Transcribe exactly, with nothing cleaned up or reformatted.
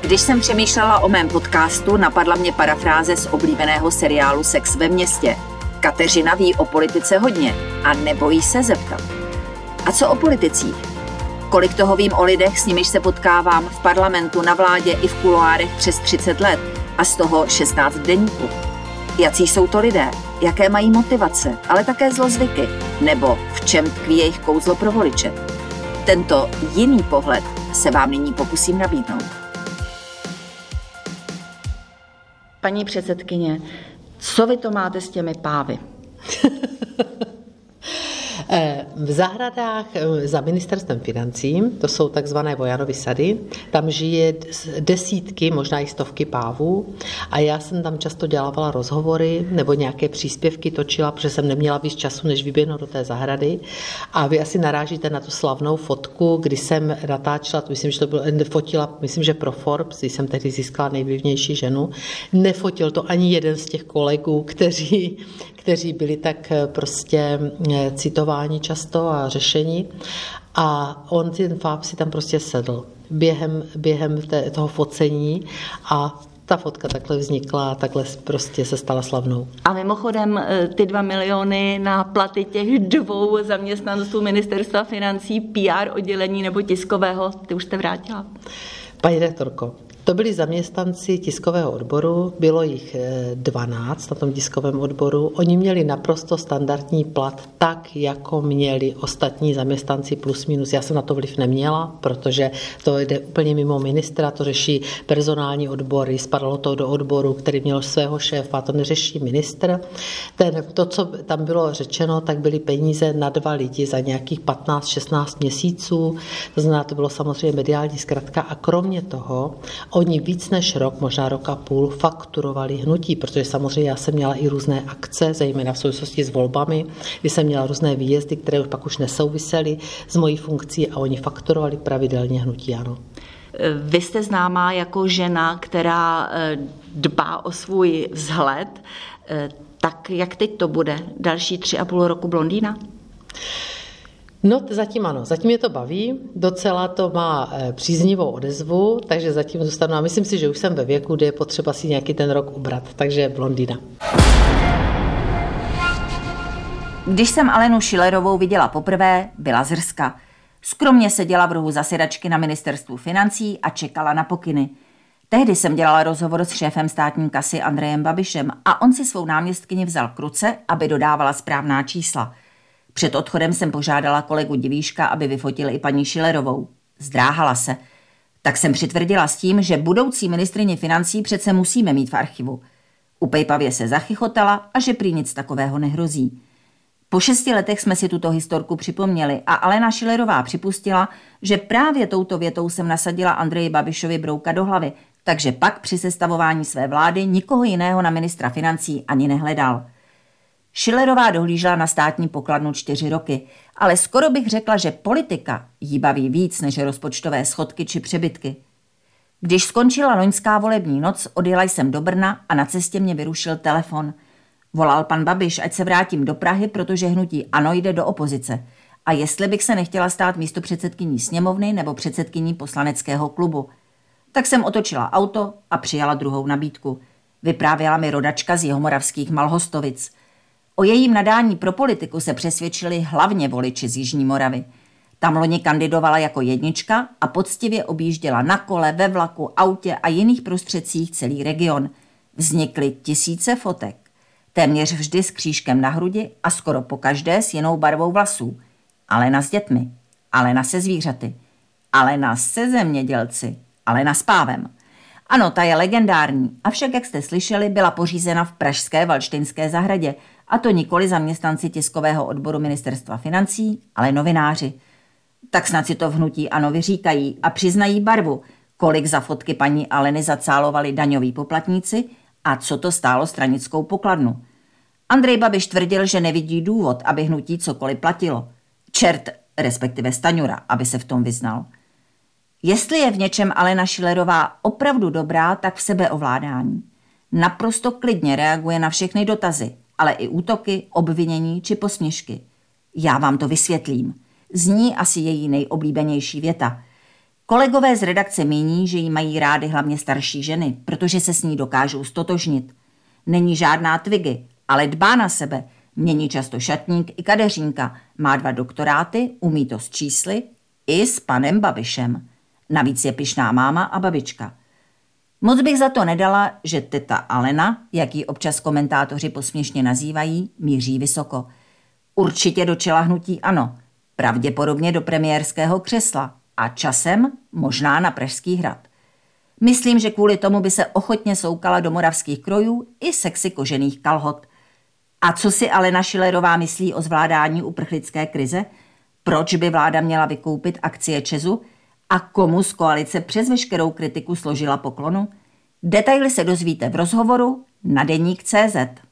Když jsem přemýšlela o mém podcastu, napadla mě parafráze z oblíbeného seriálu Sex ve městě. Kateřina ví o politice hodně a nebojí se zeptat. A co o politicích? Kolik toho vím o lidech, s nimiž se potkávám v parlamentu, na vládě i v kuloárech přes třicet let a z toho šestnáct v deníku. Jací jsou to lidé? Jaké mají motivace, ale také zlozvyky? Nebo v čem tkví jejich kouzlo pro voliče? Tento jiný pohled se vám nyní pokusím nabídnout. Paní předsedkyně, co vy to máte s těmi pávy? V zahradách za ministerstvem financí, to jsou takzvané Vojanovy sady, tam žije desítky, možná i stovky pávů a já jsem tam často dělávala rozhovory nebo nějaké příspěvky točila, protože jsem neměla víc času, než vyběhnout do té zahrady a vy asi narážíte na tu slavnou fotku, kdy jsem natáčela, myslím, že to bylo, fotila, myslím, že pro Forbes, když jsem tehdy získala nejvlivnější ženu, nefotil to ani jeden z těch kolegů, kteří, kteří byli tak prostě citováni často a řešení. A on ten fáb si tam prostě sedl během, během té, toho focení a ta fotka takhle vznikla a takhle prostě se stala slavnou. A mimochodem ty dva miliony na platy těch dvou zaměstnanců ministerstva financí, P R oddělení nebo tiskového, ty už jste vrátila? Paní rektorko, to byli zaměstnanci tiskového odboru, bylo jich dvanáct na tom tiskovém odboru. Oni měli naprosto standardní plat, tak jako měli ostatní zaměstnanci plus minus. Já jsem na to vliv neměla, protože to jde úplně mimo ministra, to řeší personální odbory, spadalo to do odboru, který měl svého šéfa, to neřeší ministr. Ten, to, co tam bylo řečeno, tak byly peníze na dva lidi za nějakých patnáct šestnáct měsíců, to znamená, to bylo samozřejmě mediální zkratka a kromě toho oni víc než rok, možná rok a půl, fakturovali hnutí, protože samozřejmě já jsem měla i různé akce, zejména v souvislosti s volbami, kdy jsem měla různé výjezdy, které pak už nesouvisely s mojí funkcí a oni fakturovali pravidelně hnutí, ano. Vy jste známá jako žena, která dbá o svůj vzhled, tak jak teď to bude? Další tři a půl roku blondýna? No, zatím ano, zatím mě to baví, docela to má příznivou odezvu, takže zatím zůstanu a myslím si, že už jsem ve věku, kde je potřeba si nějaký ten rok ubrat, takže blondýna. Když jsem Alenu Schillerovou viděla poprvé, byla zrska. Skromně seděla v rohu zasedačky na ministerstvu financí a čekala na pokyny. Tehdy jsem dělala rozhovor s šéfem státní kasy Andrejem Babišem a on si svou náměstkyni vzal k ruce, aby dodávala správná čísla. Před odchodem jsem požádala kolegu Divíška, aby vyfotil i paní Schillerovou. Zdráhala se. Tak jsem přitvrdila s tím, že budoucí ministryni financí přece musíme mít v archivu. Upejpavě se zachychotala a že prý nic takového nehrozí. Po šesti letech jsme si tuto historku připomněli a Alena Schillerová připustila, že právě touto větou jsem nasadila Andreji Babišovi brouka do hlavy, takže pak při sestavování své vlády nikoho jiného na ministra financí ani nehledal. Schillerová dohlížela na státní pokladnu čtyři roky, ale skoro bych řekla, že politika jí baví víc než rozpočtové schodky či přebytky. Když skončila loňská volební noc, odjela jsem do Brna a na cestě mě vyrušil telefon. Volal pan Babiš, ať se vrátím do Prahy, protože hnutí ANO jde do opozice. A jestli bych se nechtěla stát místopředsedkyní sněmovny nebo předsedkyní poslaneckého klubu. Tak jsem otočila auto a přijala druhou nabídku. Vyprávěla mi rodačka z jihomoravských Malhostovic. O jejím nadání pro politiku se přesvědčili hlavně voliči z Jižní Moravy. Tam loni kandidovala jako jednička a poctivě objížděla na kole, ve vlaku, autě a jiných prostředcích celý region. Vznikly tisíce fotek. Téměř vždy s křížkem na hrudi a skoro pokaždé s jinou barvou vlasů. Alena s dětmi, Alena se zvířaty, Alena se zemědělci, Alena s pávem. Ano, ta je legendární, avšak, jak jste slyšeli, byla pořízena v pražské Valdštejnské zahradě, a to nikoli zaměstnanci tiskového odboru ministerstva financí, ale novináři. Tak snad si to v hnutí ANO vyříkají a přiznají barvu, kolik za fotky paní Aleny zacálovali daňoví poplatníci a co to stálo stranickou pokladnu. Andrej Babiš tvrdil, že nevidí důvod, aby hnutí cokoliv platilo. Čert, respektive Staňura, aby se v tom vyznal. Jestli je v něčem Alena Schillerová opravdu dobrá, tak v sebeovládání. Naprosto klidně reaguje na všechny dotazy, ale i útoky, obvinění či posměšky. Já vám to vysvětlím. Zní asi její nejoblíbenější věta. Kolegové z redakce míní, že jí mají rády hlavně starší ženy, protože se s ní dokážou stotožnit. Není žádná Twiggy, ale dbá na sebe. Mění často šatník i kadeřínka. Má dva doktoráty, umí to s čísly i s panem Babišem. Navíc je pyšná máma a babička. Moc bych za to nedala, že teta Alena, jak ji občas komentátoři posměšně nazývají, míří vysoko. Určitě do čela hnutí ANO, pravděpodobně do premiérského křesla a časem možná na Pražský hrad. Myslím, že kvůli tomu by se ochotně soukala do moravských krojů i sexy kožených kalhot. A co si Alena Schillerová myslí o zvládání uprchlické krize? Proč by vláda měla vykoupit akcie ČEZu? A komu z koalice přes veškerou kritiku složila poklonu? Detaily se dozvíte v rozhovoru na deník tečka cé zet.